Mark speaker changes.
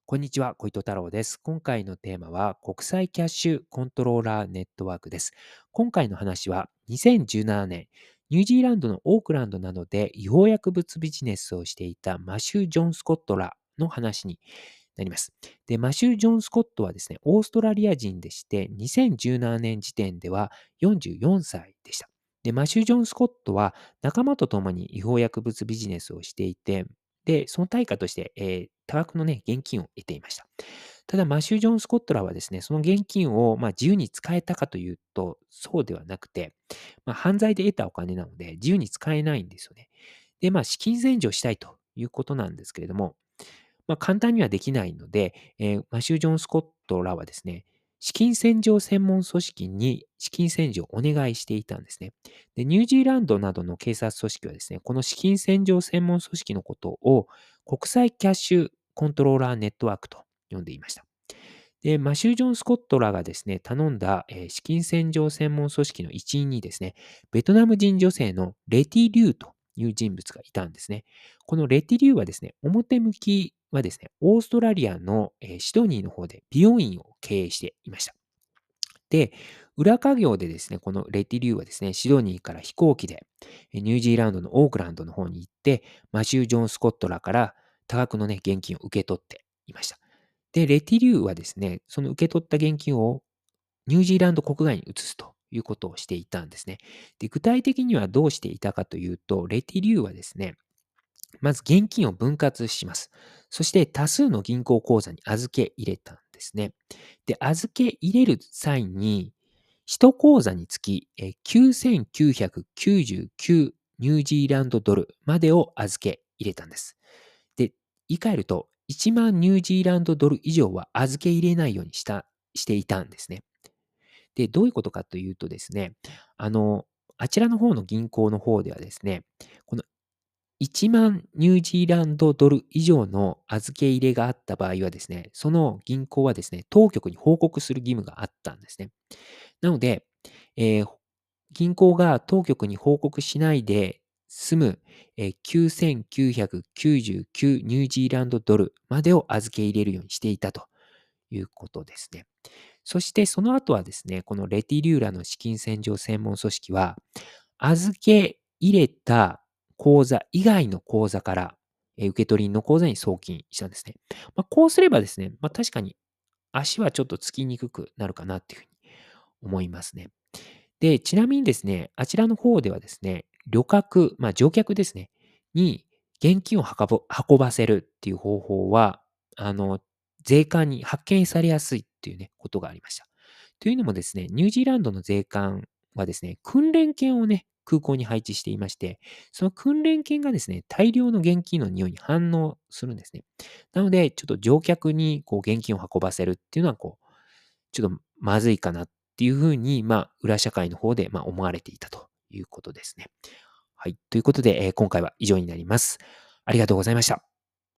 Speaker 1: こんにちは、小糸太郎です。今回のテーマは国際キャッシュコントローラーネットワークです。今回の話は2017年、ニュージーランドのオークランドなどで違法薬物ビジネスをしていたマシュー・ジョン・スコットらの話になります。で、マシュー・ジョン・スコットはですね、オーストラリア人でして、2017年時点では44歳でした。で、マシュー・ジョン・スコットは仲間と共に違法薬物ビジネスをしていて、で、その対価として、多額のね、現金を得ていました。ただ、マシュー・ジョン・スコットらはですね、その現金を、自由に使えたかというと、そうではなくて、犯罪で得たお金なので、自由に使えないんですよね。で、資金洗浄したいということなんですけれども、簡単にはできないので、マシュー・ジョン・スコットらはですね、資金洗浄専門組織に資金洗浄をお願いしていたんですね。で、ニュージーランドなどの警察組織はですね、この資金洗浄専門組織のことを国際キャッシュコントローラーネットワークと呼んでいました。で、マシュー・ジョン・スコットらがですね、頼んだ、資金洗浄専門組織の一員にですね、ベトナム人女性のレティ・リューという人物がいたんですね。このレティ・リューはですね、表向きはですね、オーストラリアの、シドニーの方で美容院を経営していました。で、裏稼業でですね、このレティ・リューはですね、シドニーから飛行機でニュージーランドのオークランドの方に行って、マシュー・ジョン・スコットらから多額のね、現金を受け取っていました。で、レティリューはですね、その受け取った現金をニュージーランド国外に移すということをしていたんですね。で、具体的にはどうしていたかというと、レティリューはですね、まず現金を分割します。そして多数の銀行口座に預け入れたんですね。で、預け入れる際に、1口座につき9999ニュージーランドドルまでを預け入れたんです。で、言い換えると、1万ニュージーランドドル以上は預け入れないようにしていたんですね。で、どういうことかというとですね、あの、あちらの方の銀行の方ではですね、この1万ニュージーランドドル以上の預け入れがあった場合はですね、その銀行はですね、当局に報告する義務があったんですね。なので、銀行が当局に報告しないで済む、9999ニュージーランドドルまでを預け入れるようにしていたということですね。そしてその後はですね、このレティリューラの資金洗浄専門組織は、預け入れた口座以外の口座から、受取人の口座に送金したんですね。こうすればですね、確かに足はちょっとつきにくくなるかなっていうふうに思いますね。で、ちなみにですね、あちらの方ではですね、旅客、乗客ですね、に現金を運ばせるっていう方法は、あの、税関に発見されやすいっていうね、ことがありました。というのもですね、ニュージーランドの税関はですね、訓練犬をね、空港に配置していまして、その訓練犬がですね、大量の現金の匂いに反応するんですね。なので、ちょっと乗客にこう現金を運ばせるっていうのは、ちょっとまずいかなっていうふうに、裏社会の方で思われていたということですね。はい。ということで、今回は以上になります。ありがとうございました。